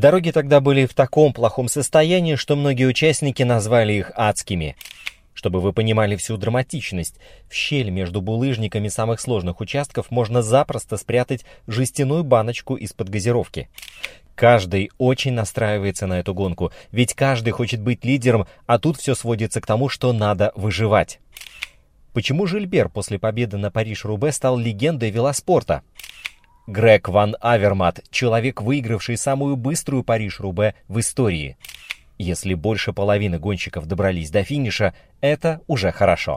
Дороги тогда были в таком плохом состоянии, что многие участники назвали их адскими. Чтобы вы понимали всю драматичность, в щель между булыжниками самых сложных участков можно запросто спрятать жестяную баночку из-под газировки. Каждый очень настраивается на эту гонку, ведь каждый хочет быть лидером, а тут все сводится к тому, что надо выживать. Почему Жильбер после победы на Париж-Рубе стал легендой велоспорта? Грег ван Авермат – человек, выигравший самую быструю Париж-Рубе в истории. Если больше половины гонщиков добрались до финиша, это уже хорошо.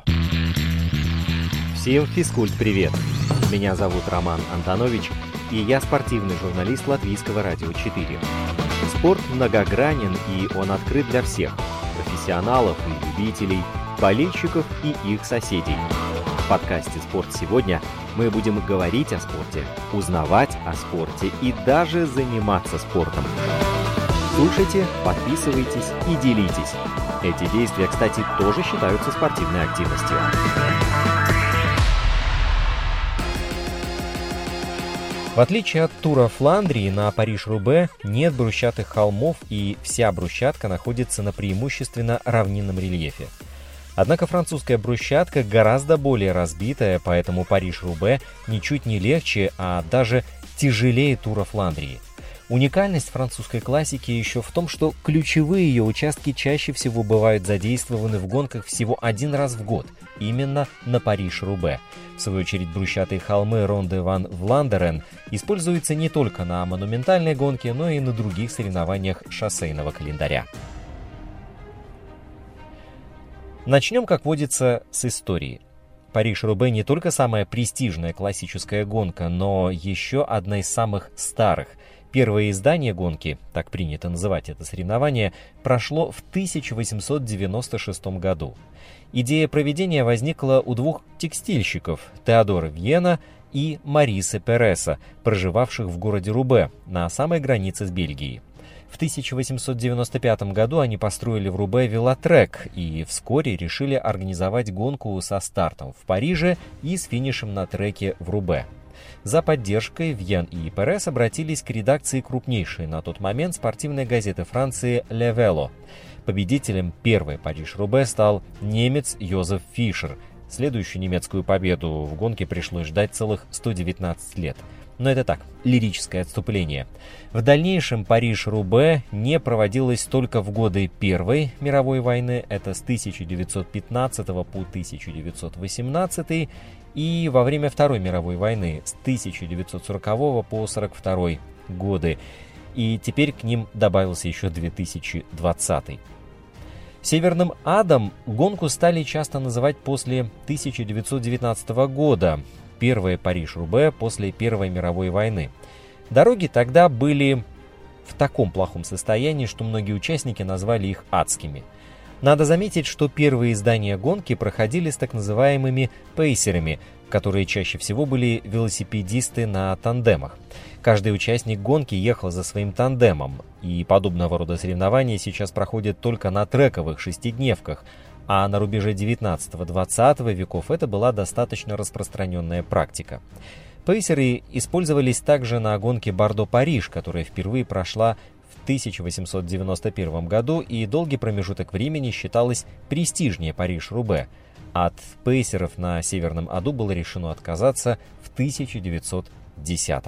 Всем физкульт-привет! Меня зовут Роман Антонович, и я спортивный журналист Латвийского радио 4. Спорт многогранен, и он открыт для всех – профессионалов и любителей, болельщиков и их соседей. В подкасте «Спорт сегодня» мы будем говорить о спорте, узнавать о спорте и даже заниматься спортом. Слушайте, подписывайтесь и делитесь. Эти действия, кстати, тоже считаются спортивной активностью. В отличие от Тура Фландрии, на Париж-Рубе нет брусчатых холмов, и вся брусчатка находится на преимущественно равнинном рельефе. Однако французская брусчатка гораздо более разбитая, поэтому Париж-Рубе ничуть не легче, а даже тяжелее Тура Фландрии. Уникальность французской классики еще в том, что ключевые ее участки чаще всего бывают задействованы в гонках всего один раз в год, именно на Париж-Рубе. В свою очередь, брусчатые холмы Ронде ван Вландерен используются не только на монументальной гонке, но и на других соревнованиях шоссейного календаря. Начнем, как водится, с истории. Париж-Рубе не только самая престижная классическая гонка, но еще одна из самых старых. Первое издание гонки, так принято называть это соревнование, прошло в 1896 году. Идея проведения возникла у двух текстильщиков – Теодора Вьена и Мариса Переса, проживавших в городе Рубе, на самой границе с Бельгией. В 1895 году они построили в Рубе велотрек и вскоре решили организовать гонку со стартом в Париже и с финишем на треке в Рубе. За поддержкой Вьен и Перес обратились к редакции крупнейшей на тот момент спортивной газеты Франции «Ле Вело». Победителем первой Париж-Рубе стал немец Йозеф Фишер. Следующую немецкую победу в гонке пришлось ждать целых 119 лет. Но это так, лирическое отступление. В дальнейшем Париж-Рубе не проводилось только в годы Первой мировой войны, это с 1915 по 1918, и во время Второй мировой войны с 1940 по 1942 годы. И теперь к ним добавился еще 2020. Северным адом гонку стали часто называть после 1919 года. Первая Париж-Рубе после Первой мировой войны. Дороги тогда были в таком плохом состоянии, что многие участники назвали их адскими. Надо заметить, что первые издания гонки проходили с так называемыми пейсерами, которые чаще всего были велосипедисты на тандемах. Каждый участник гонки ехал за своим тандемом, и подобного рода соревнования сейчас проходят только на трековых шестидневках, а на рубеже 19-20 веков это была достаточно распространенная практика. Пейсеры использовались также на гонке Бордо-Париж, которая впервые прошла в 1891 году и долгий промежуток времени считалась престижнее Париж-Рубе. От пейсеров на Северном аду было решено отказаться в 1910.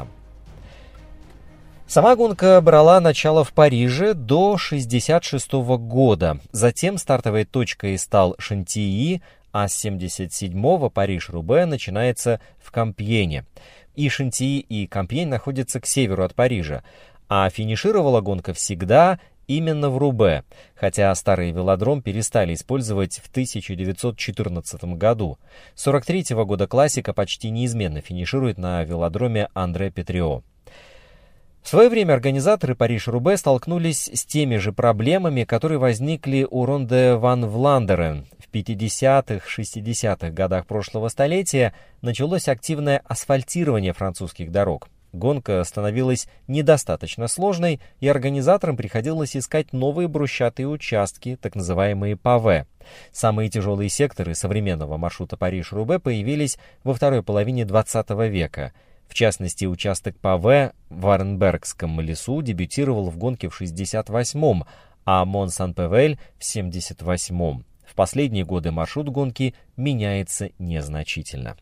Сама гонка брала начало в Париже до 1966 года. Затем стартовой точкой стал Шантильи, а с 1977-го Париж-Рубе начинается в Кампьене. И Шантильи, и Кампьень находятся к северу от Парижа. А финишировала гонка всегда именно в Рубе, хотя старый велодром перестали использовать в 1914 году. С 1943 года классика почти неизменно финиширует на велодроме Андре Петрио. В свое время организаторы Париж-Рубе столкнулись с теми же проблемами, которые возникли у Ронде ван Вландерен. В 50-60-х годах прошлого столетия началось активное асфальтирование французских дорог. Гонка становилась недостаточно сложной, и организаторам приходилось искать новые брусчатые участки, так называемые паве. Самые тяжелые секторы современного маршрута Париж-Рубе появились во второй половине 20 века. В частности, участок ПАВе в Аренбергском лесу дебютировал в гонке в 68-м, а Мон-Сан-Певель в 78-м. В последние годы маршрут гонки меняется незначительно.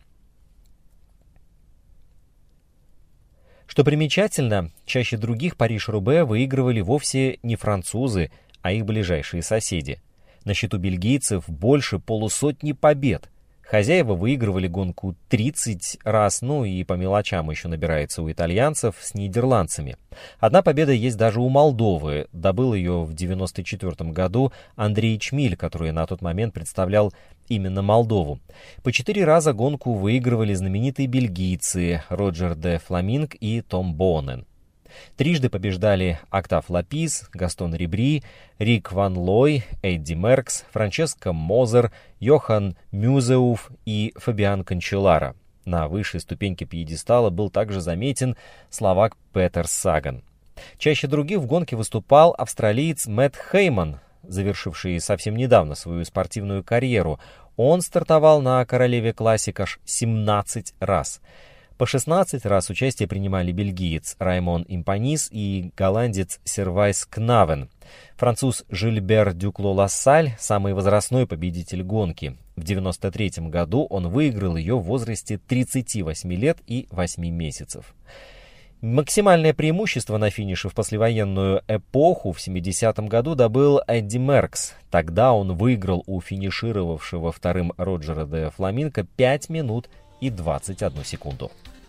Что примечательно, чаще других Париж-Roubaix выигрывали вовсе не французы, а их ближайшие соседи. На счету бельгийцев больше полусотни побед. Хозяева выигрывали гонку 30 раз, и по мелочам еще набирается у итальянцев с нидерландцами. Одна победа есть даже у Молдовы. Добыл ее в 1994 году Андрей Чмиль, который на тот момент представлял именно Молдову. По 4 раза гонку выигрывали знаменитые бельгийцы Роджер де Фламинг и Том Бонен. Трижды побеждали Октав Лапис, Гастон Рибри, Рик Ван Лой, Эдди Меркс, Франческо Мозер, Йохан Мюзеуф и Фабиан Канчелара. На высшей ступеньке пьедестала был также заметен словак Петер Саган. Чаще других в гонке выступал австралиец Мэтт Хейман, завершивший совсем недавно свою спортивную карьеру. Он стартовал на Королеве Классик аж 17 раз. По 16 раз участие принимали бельгиец Раймон Импанис и голландец Сервайс Кнавен. Француз Жильбер Дюкло-Лассаль – самый возрастной победитель гонки. В 1993 году он выиграл ее в возрасте 38 лет и 8 месяцев. Максимальное преимущество на финише в послевоенную эпоху в 70-м году добыл Эдди Меркс. Тогда он выиграл у финишировавшего вторым Роджера де Фламинго 5 минут и 21 секунду.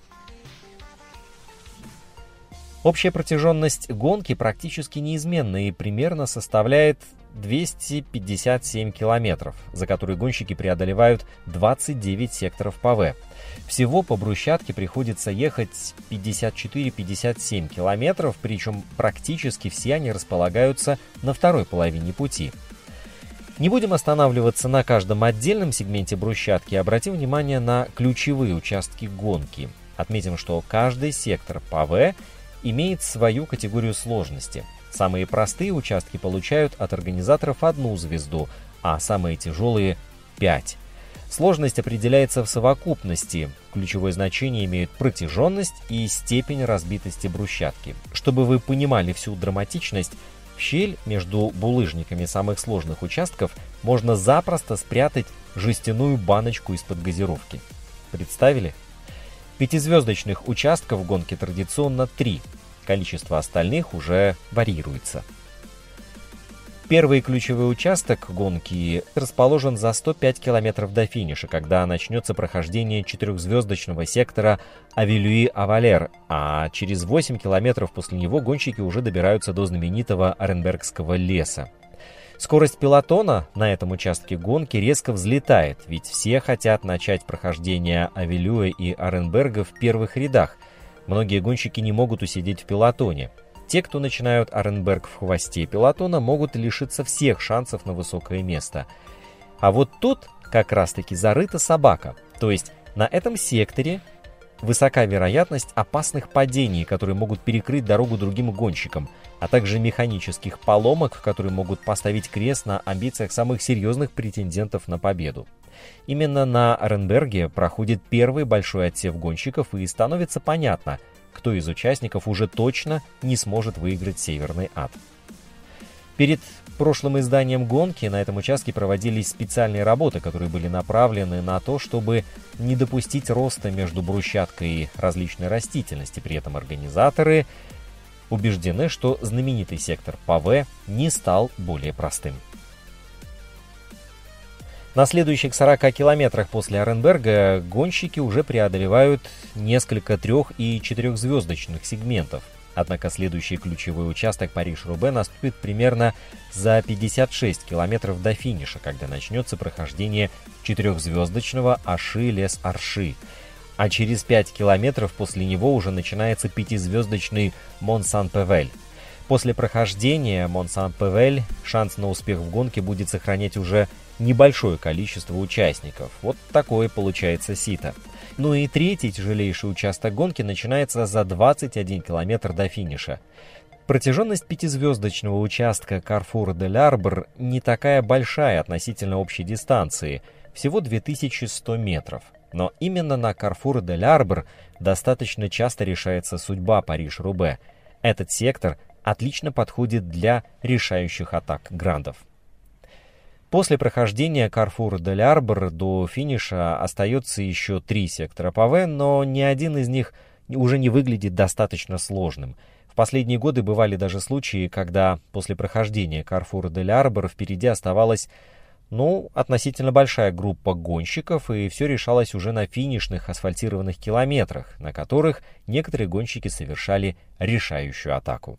Общая протяженность гонки практически неизменна и примерно составляет 257 километров, за которые гонщики преодолевают 29 секторов ПАВе. Всего по брусчатке приходится ехать 54-57 километров, причем практически все они располагаются на второй половине пути. Не будем останавливаться на каждом отдельном сегменте брусчатки, обратим внимание на ключевые участки гонки. Отметим, что каждый сектор ПАВе имеет свою категорию сложности. Самые простые участки получают от организаторов 1 звезду, а самые тяжелые — 5. Сложность определяется в совокупности. Ключевое значение имеют протяженность и степень разбитости брусчатки. Чтобы вы понимали всю драматичность, в щель между булыжниками самых сложных участков можно запросто спрятать жестяную баночку из-под газировки. Представили? 5-звездочных участков в гонке традиционно 3. Количество остальных уже варьируется. Первый ключевой участок гонки расположен за 105 километров до финиша, когда начнется прохождение 4-звездочного сектора Авилюи-Авалер, а через 8 километров после него гонщики уже добираются до знаменитого Аренбергского леса. Скорость пелотона на этом участке гонки резко взлетает, ведь все хотят начать прохождение Авилюя и Аренберга в первых рядах. Многие гонщики не могут усидеть в пелотоне. Те, кто начинают Аренберг в хвосте пелотона, могут лишиться всех шансов на высокое место. А вот тут как раз-таки зарыта собака. То есть на этом секторе высока вероятность опасных падений, которые могут перекрыть дорогу другим гонщикам, а также механических поломок, которые могут поставить крест на амбициях самых серьезных претендентов на победу. Именно на Аренберге проходит первый большой отсев гонщиков, и становится понятно, кто из участников уже точно не сможет выиграть Северный ад. Перед прошлым изданием гонки на этом участке проводились специальные работы, которые были направлены на то, чтобы не допустить роста между брусчаткой и различной растительности. При этом организаторы убеждены, что знаменитый сектор ПАВе не стал более простым. На следующих 40 километрах после Аренберга гонщики уже преодолевают несколько 3- и 4-звездочных сегментов. Однако следующий ключевой участок Париж-Roubaix наступит примерно за 56 километров до финиша, когда начнется прохождение 4-звездочного Аши-Лес-Арши. А через 5 километров после него уже начинается 5-звездочный Мон-Сан-Певель. После прохождения Мон-Сан-Певель шанс на успех в гонке будет сохранять уже небольшое количество участников. Вот такое получается сито. Ну и третий тяжелейший участок гонки начинается за 21 километр до финиша. Протяженность 5-звездочного участка Карфур-де-Л'Арбр не такая большая относительно общей дистанции, всего 2100 метров. Но именно на Карфур-дель-Арбор достаточно часто решается судьба Париж-Рубе. Этот сектор отлично подходит для решающих атак грандов. После прохождения Карфур-дель-Арбор до финиша остается еще 3 сектора ПВ, но ни один из них уже не выглядит достаточно сложным. В последние годы бывали даже случаи, когда после прохождения Карфур-дель-Арбор впереди оставалась относительно большая группа гонщиков, и все решалось уже на финишных асфальтированных километрах, на которых некоторые гонщики совершали решающую атаку.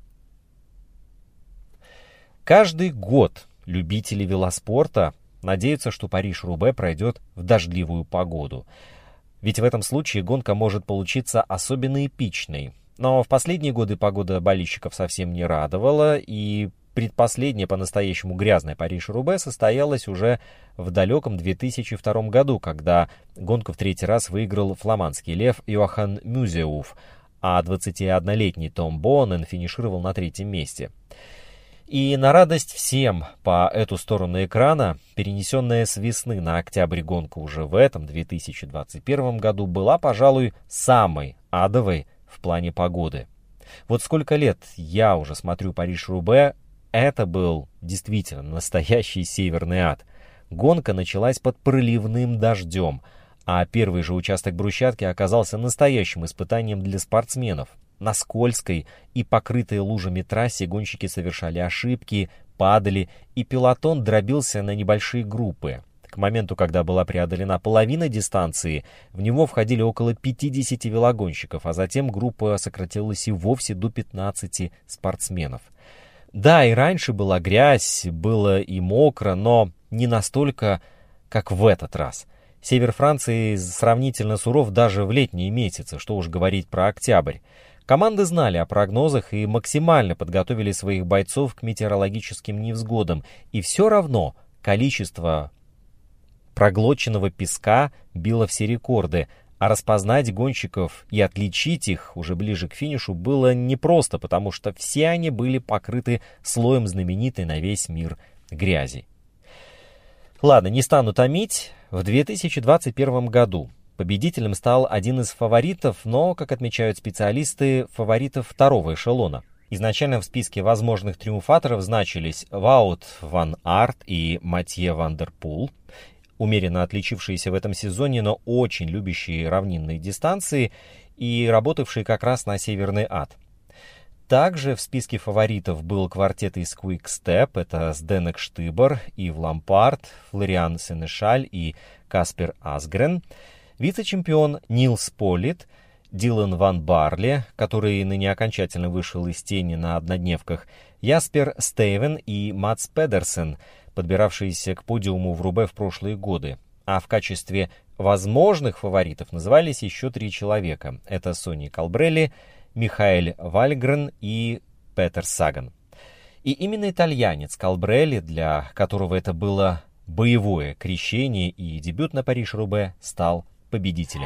Каждый год любители велоспорта надеются, что Париж-Рубе пройдет в дождливую погоду. Ведь в этом случае гонка может получиться особенно эпичной. Но в последние годы погода болельщиков совсем не радовала, и предпоследняя по-настоящему грязная Париж-Рубе состоялась уже в далеком 2002 году, когда гонку в 3-й раз выиграл фламандский лев Йохан Мюзеуф, а 21-летний Том Боннен финишировал на 3-м месте. И на радость всем по эту сторону экрана, перенесенная с весны на октябрь гонка уже в этом 2021 году была, пожалуй, самой адовой в плане погоды. Вот сколько лет я уже смотрю Париж-Рубе, это был действительно настоящий северный ад. Гонка началась под проливным дождем, а первый же участок брусчатки оказался настоящим испытанием для спортсменов. На скользкой и покрытой лужами трассе гонщики совершали ошибки, падали, и пелотон дробился на небольшие группы. К моменту, когда была преодолена половина дистанции, в него входили около 50 велогонщиков, а затем группа сократилась и вовсе до 15 спортсменов. Да, и раньше была грязь, было и мокро, но не настолько, как в этот раз. Север Франции сравнительно суров даже в летние месяцы, что уж говорить про октябрь. Команды знали о прогнозах и максимально подготовили своих бойцов к метеорологическим невзгодам, и все равно количество проглоченного песка било все рекорды, а распознать гонщиков и отличить их уже ближе к финишу было непросто, потому что все они были покрыты слоем знаменитой на весь мир грязи. Ладно, не стану томить. В 2021 году победителем стал один из фаворитов, но, как отмечают специалисты, фаворитов второго эшелона. Изначально в списке возможных триумфаторов значились Ваут ван Арт и Матье ван дер Пул, умеренно отличившиеся в этом сезоне, но очень любящие равнинные дистанции и работавшие как раз на северный ад. Также в списке фаворитов был квартет из Quick Step, это Сденек Штыбор, Ив Лампард, Флориан Сенешаль и Каспер Асгрен, вице-чемпион Нилс Полит, Дилан ван Барли, который ныне окончательно вышел из тени на однодневках, Яспер Стейвен и Матс Педерсен, подбиравшиеся к подиуму в Рубе в прошлые годы. А в качестве возможных фаворитов назывались еще 3 человека. Это Сони Калбрелли, Михаэль Вальгрен и Петер Саган. И именно итальянец Калбрелли, для которого это было боевое крещение и дебют на Париж-Рубе, стал победителем.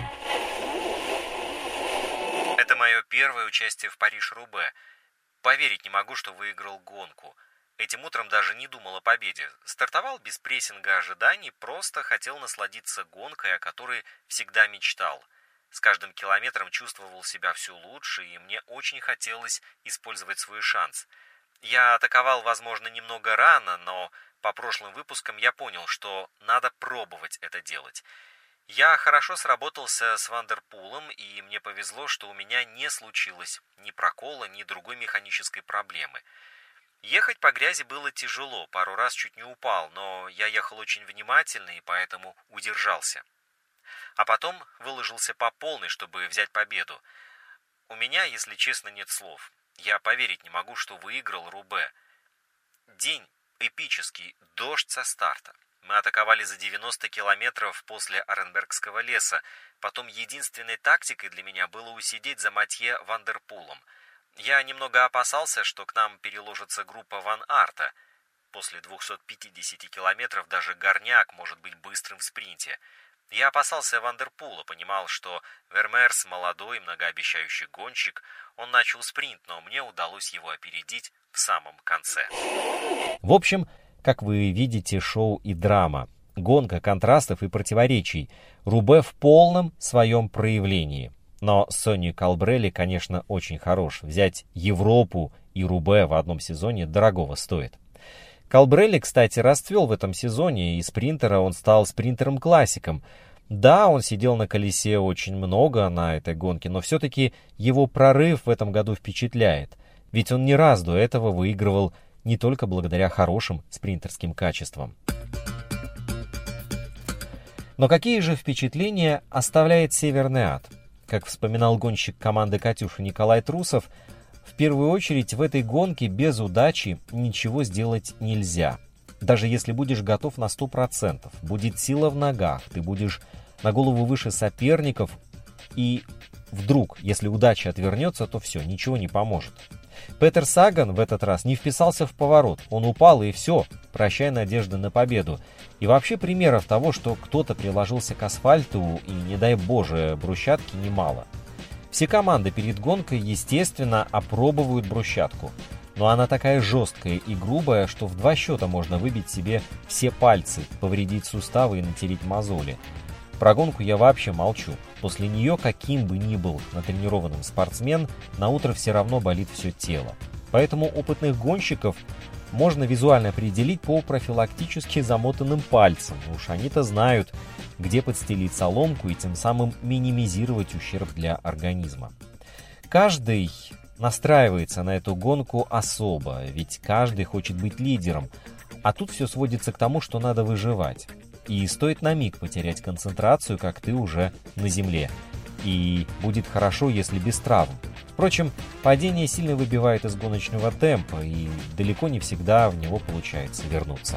Это мое первое участие в Париж-Рубе. Поверить не могу, что выиграл гонку. Этим утром даже не думал о победе. Стартовал без прессинга ожиданий, просто хотел насладиться гонкой, о которой всегда мечтал. С каждым километром чувствовал себя все лучше, и мне очень хотелось использовать свой шанс. Я атаковал, возможно, немного рано, но по прошлым выпускам я понял, что надо пробовать это делать. Я хорошо сработался с Ван дер Пулом, и мне повезло, что у меня не случилось ни прокола, ни другой механической проблемы. Ехать по грязи было тяжело, пару раз чуть не упал, но я ехал очень внимательно и поэтому удержался. А потом выложился по полной, чтобы взять победу. У меня, если честно, нет слов. Я поверить не могу, что выиграл Рубе. День эпический, дождь со старта. Мы атаковали за 90 километров после Аренбергского леса. Потом единственной тактикой для меня было усидеть за Матье ван дер Пулом. Я немного опасался, что к нам переложится группа Ван Арта. После 250 километров даже горняк может быть быстрым в спринте. Я опасался Ван дер Пула, понимал, что Вермеерс молодой, многообещающий гонщик. Он начал спринт, но мне удалось его опередить в самом конце. В общем, как вы видите, шоу и драма. Гонка контрастов и противоречий. Рубе в полном своем проявлении. Но Сонни Колбрелли, конечно, очень хорош. Взять Европу и Рубе в одном сезоне дорогого стоит. Колбрелли, кстати, расцвел в этом сезоне, и спринтера он стал спринтером-классиком. Да, он сидел на колесе очень много на этой гонке, но все-таки его прорыв в этом году впечатляет. Ведь он не раз до этого выигрывал не только благодаря хорошим спринтерским качествам. Но какие же впечатления оставляет Северный Ад? Как вспоминал гонщик команды «Катюша» Николай Трусов, в первую очередь в этой гонке без удачи ничего сделать нельзя. Даже если будешь готов на 100%, будет сила в ногах, ты будешь на голову выше соперников, и вдруг, если удача отвернется, то все, ничего не поможет. Петер Саган в этот раз не вписался в поворот, он упал и все, прощай надежды на победу. И вообще примеров того, что кто-то приложился к асфальту и, не дай боже, брусчатки немало. Все команды перед гонкой, естественно, опробовывают брусчатку. Но она такая жесткая и грубая, что в 2 счета можно выбить себе все пальцы, повредить суставы и натереть мозоли. Про гонку я вообще молчу. После нее, каким бы ни был натренированным спортсмен, на утро все равно болит все тело. Поэтому опытных гонщиков можно визуально определить по профилактически замотанным пальцам. Уж они-то знают, где подстелить соломку и тем самым минимизировать ущерб для организма. Каждый настраивается на эту гонку особо, ведь каждый хочет быть лидером. А тут все сводится к тому, что надо выживать. И стоит на миг потерять концентрацию, как ты уже на земле. И будет хорошо, если без травм. Впрочем, падение сильно выбивает из гоночного темпа, и далеко не всегда в него получается вернуться.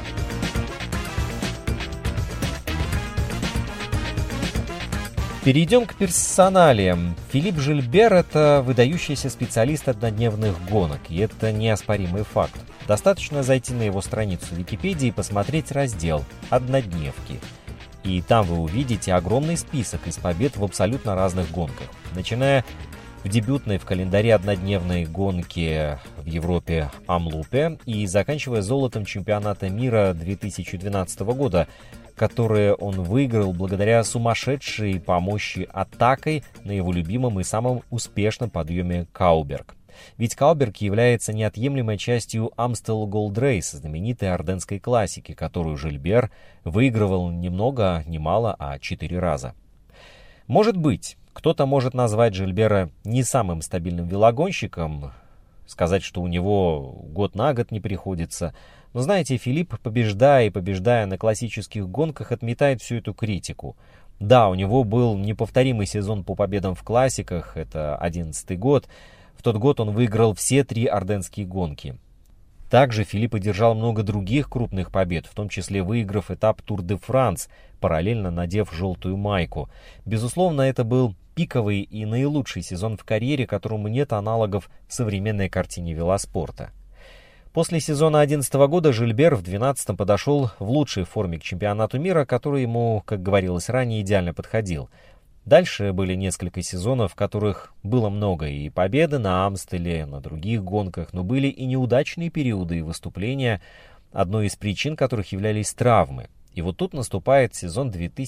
Перейдем к персоналиям. Филипп Жильбер – это выдающийся специалист однодневных гонок, и это неоспоримый факт. Достаточно зайти на его страницу в Википедии и посмотреть раздел «Однодневки». И там вы увидите огромный список из побед в абсолютно разных гонках. Начиная в дебютной в календаре однодневной гонки в Европе Амлупе и заканчивая золотом чемпионата мира 2012 года, которые он выиграл благодаря сумасшедшей по мощи атакой на его любимом и самом успешном подъеме Кауберг. Ведь Кауберг является неотъемлемой частью Amstel Gold Race, знаменитой орденской классики, которую Жильбер выигрывал ни много ни мало, а 4 раза. Может быть, кто-то может назвать Жильбера не самым стабильным велогонщиком, сказать, что у него год на год не приходится. Но знаете, Филипп, побеждая и побеждая на классических гонках, отметает всю эту критику. Да, у него был неповторимый сезон по победам в классиках, это 11-й год. В тот год он выиграл все 3 орденские гонки. Также Филипп одержал много других крупных побед, в том числе выиграв этап Тур-де-Франс, параллельно надев желтую майку. Безусловно, это был пиковый и наилучший сезон в карьере, которому нет аналогов в современной картине велоспорта. После сезона 2011 года Жильбер в 2012 подошел в лучшей форме к чемпионату мира, который ему, как говорилось ранее, идеально подходил. Дальше были несколько сезонов, в которых было много и победы на Амстеле, на других гонках, но были и неудачные периоды и выступления, одной из причин которых являлись травмы. И вот тут наступает сезон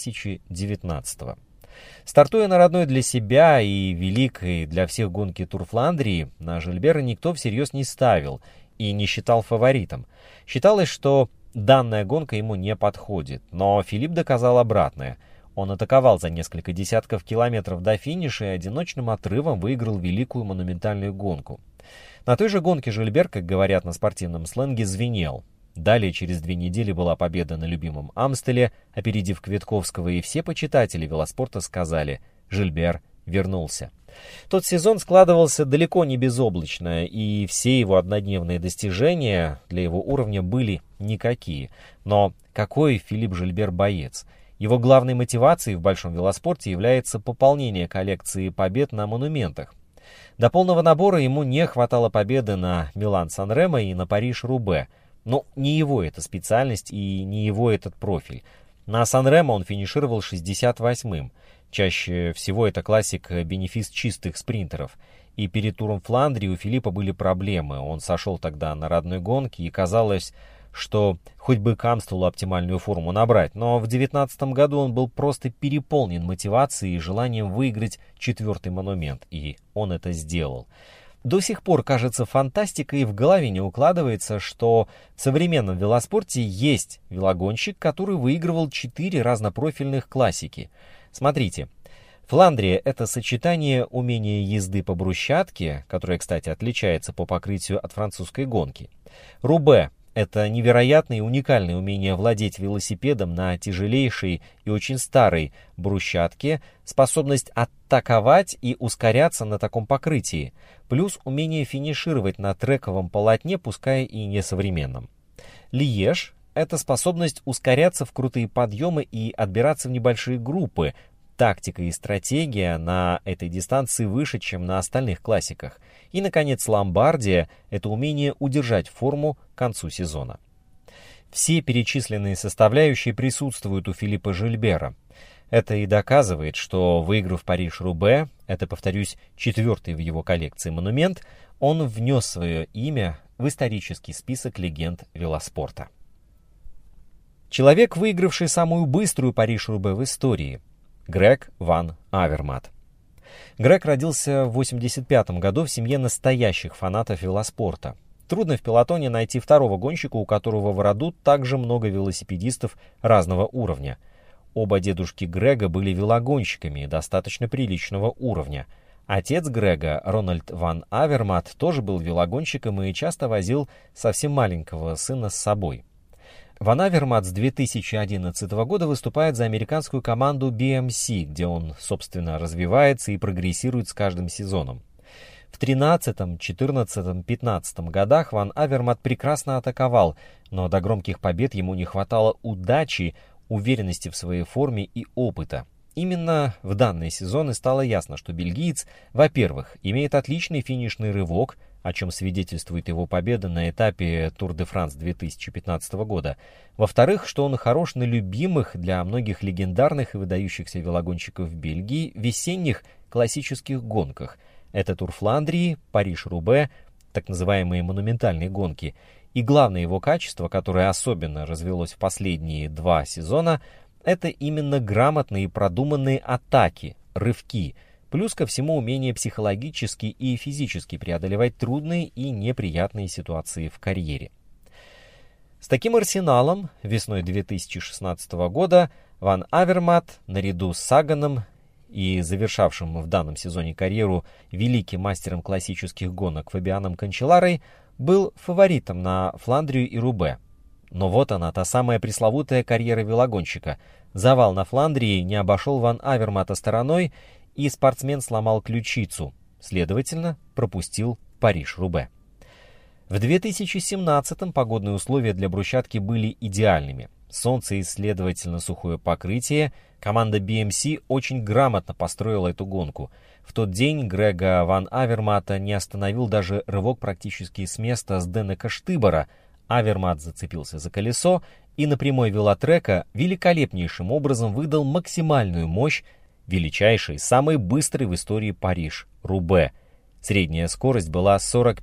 2019. Стартуя на родной для себя и великой для всех гонки Тур Фландрии, на Жильбера никто всерьез не ставил и не считал фаворитом. Считалось, что данная гонка ему не подходит, но Филипп доказал обратное. Он атаковал за несколько десятков километров до финиша и одиночным отрывом выиграл великую монументальную гонку. На той же гонке Жильбер, как говорят на спортивном сленге, звенел. Далее через 2 недели была победа на любимом Амстеле, опередив Квитковского, и все почитатели велоспорта сказали: «Жильбер вернулся». Тот сезон складывался далеко не безоблачно, и все его однодневные достижения для его уровня были никакие. Но какой Филипп Жильбер боец! Его главной мотивацией в большом велоспорте является пополнение коллекции побед на монументах. До полного набора ему не хватало победы на Милан-Сан-Ремо и на Париж-Рубе. Но не его эта специальность и не его этот профиль. На Сан-Ремо он финишировал 68-м. Чаще всего это классик-бенефис чистых спринтеров. И перед туром Фландрии у Филиппа были проблемы. Он сошел тогда на родной гонке, и казалось, что хоть бы к Амстелу оптимальную форму набрать, но в 2019 году он был просто переполнен мотивацией и желанием выиграть 4-й монумент, и он это сделал. До сих пор кажется фантастикой и в голове не укладывается, что в современном велоспорте есть велогонщик, который выигрывал 4 разнопрофильных классики. Смотрите. Фландрия — это сочетание умения езды по брусчатке, которое, кстати, отличается по покрытию от французской гонки. Рубе — это невероятное и уникальное умение владеть велосипедом на тяжелейшей и очень старой брусчатке, способность атаковать и ускоряться на таком покрытии, плюс умение финишировать на трековом полотне, пускай и несовременном. Льеж — это способность ускоряться в крутые подъемы и отбираться в небольшие группы. Тактика и стратегия на этой дистанции выше, чем на остальных классиках. И, наконец, Ломбардия — это умение удержать форму к концу сезона. Все перечисленные составляющие присутствуют у Филиппа Жильбера. Это и доказывает, что, выиграв Париж-Рубе, это, повторюсь, 4-й в его коллекции монумент, он внес свое имя в исторический список легенд велоспорта. Человек, выигравший самую быструю Париж-Рубе в истории — Грег ван Авермат. Грег родился в 1985 году в семье настоящих фанатов велоспорта. Трудно в пелотоне найти второго гонщика, у которого в роду также много велосипедистов разного уровня. Оба дедушки Грега были велогонщиками достаточно приличного уровня. Отец Грега, Рональд ван Авермат, тоже был велогонщиком и часто возил совсем маленького сына с собой. Ван Авермат с 2011 года выступает за американскую команду BMC, где он, собственно, развивается и прогрессирует с каждым сезоном. В 13, 14, 15 годах Ван Авермат прекрасно атаковал, но до громких побед ему не хватало удачи, уверенности в своей форме и опыта. Именно в данные сезоны стало ясно, что бельгиец, во-первых, имеет отличный финишный рывок, о чем свидетельствует его победа на этапе Тур-де-Франс 2015 года. Во-вторых, что он хорош на любимых для многих легендарных и выдающихся велогонщиков в Бельгии весенних классических гонках. Это Тур Фландрии, Париж-Рубе, так называемые монументальные гонки. И главное его качество, которое особенно развелось в последние 2 сезона, это именно грамотные и продуманные атаки, рывки, плюс ко всему умение психологически и физически преодолевать трудные и неприятные ситуации в карьере. С таким арсеналом весной 2016 года Ван Авермат наряду с Саганом и завершавшим в данном сезоне карьеру великим мастером классических гонок Фабианом Канчелларой был фаворитом на Фландрию и Рубе. Но вот она, та самая пресловутая карьера велогонщика. Завал на Фландрии не обошел Ван Авермата стороной, и спортсмен сломал ключицу, следовательно, пропустил Париж-Рубе. В 2017-м погодные условия для брусчатки были идеальными. Солнце и, следовательно, сухое покрытие. Команда BMC очень грамотно построила эту гонку. В тот день Грега ван Авермата не остановил даже рывок практически с места с Денека Штыбора. Авермат зацепился за колесо и на прямой велотрека великолепнейшим образом выдал максимальную мощь величайший, самый быстрый в истории Париж-Рубе. Средняя скорость была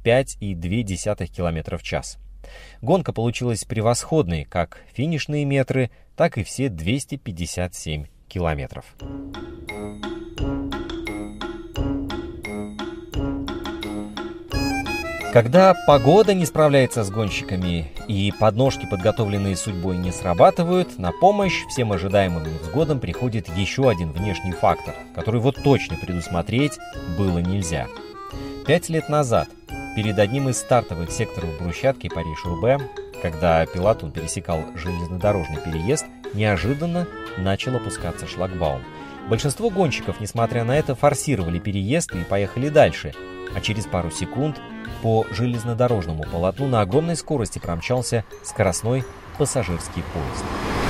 45,2 км в час. Гонка получилась превосходной, как финишные метры, так и все 257 километров. Когда погода не справляется с гонщиками и подножки, подготовленные судьбой, не срабатывают, на помощь всем ожидаемым невзгодам приходит еще один внешний фактор, который вот точно предусмотреть было нельзя. 5 лет назад, перед одним из стартовых секторов брусчатки Париж-Рубе, когда пелотон пересекал железнодорожный переезд, неожиданно начал опускаться шлагбаум. Большинство гонщиков, несмотря на это, форсировали переезд и поехали дальше, а через пару секунд по железнодорожному полотну на огромной скорости промчался скоростной пассажирский поезд.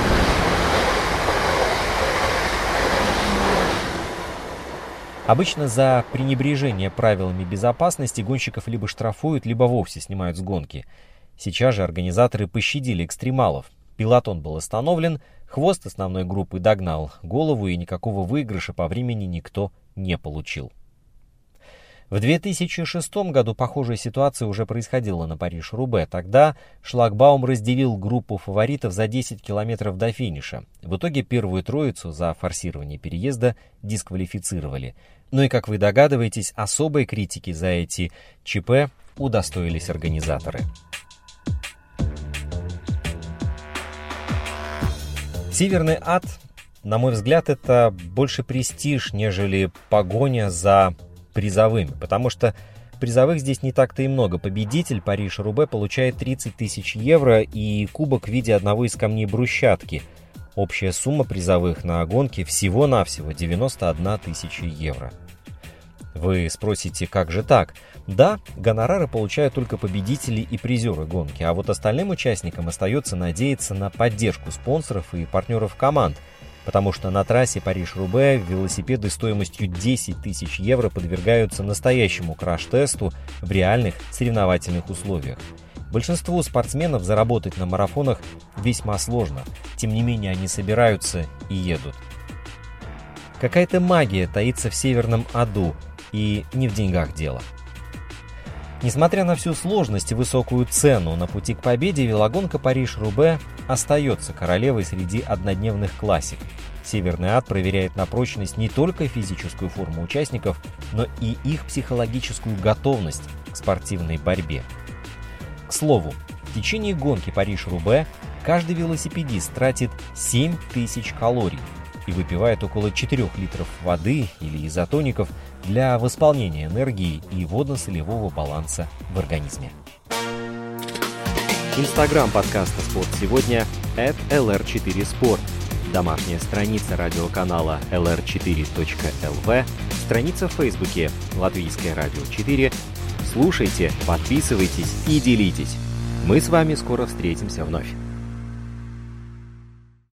Обычно за пренебрежение правилами безопасности гонщиков либо штрафуют, либо вовсе снимают с гонки. Сейчас же организаторы пощадили экстремалов. Пелотон был остановлен, хвост основной группы догнал голову, и никакого выигрыша по времени никто не получил. В 2006 году похожая ситуация уже происходила на Париж-Рубе. Тогда шлагбаум разделил группу фаворитов за 10 километров до финиша. В итоге первую троицу за форсирование переезда дисквалифицировали. Ну и, как вы догадываетесь, особой критики за эти ЧП удостоились организаторы. Северный ад, на мой взгляд, это больше престиж, нежели погоня за призовыми, потому что призовых здесь не так-то и много. Победитель Париж-Рубе получает 30 тысяч евро и кубок в виде одного из камней брусчатки. Общая сумма призовых на гонке всего-навсего 91 тысяча евро. Вы спросите, как же так? Да, гонорары получают только победители и призеры гонки, а вот остальным участникам остается надеяться на поддержку спонсоров и партнеров команд, потому что на трассе Париж-Рубе велосипеды стоимостью 10 тысяч евро подвергаются настоящему краш-тесту в реальных соревновательных условиях. Большинству спортсменов заработать на марафонах весьма сложно, тем не менее они собираются и едут. Какая-то магия таится в северном аду, и не в деньгах дело. Несмотря на всю сложность и высокую цену на пути к победе, велогонка Париж-Рубе остается королевой среди однодневных классик. Северный ад проверяет на прочность не только физическую форму участников, но и их психологическую готовность к спортивной борьбе. К слову, в течение гонки Париж-Рубе каждый велосипедист тратит 7000 калорий и выпивает около 4 литров воды или изотоников для восполнения энергии и водно-солевого баланса в организме. Инстаграм подкаста «Спорт сегодня» @LR4Sport. Домашняя страница радиоканала lr4.lv, страница в Фейсбуке «Латвийское радио 4». Слушайте, подписывайтесь и делитесь. Мы с вами скоро встретимся вновь.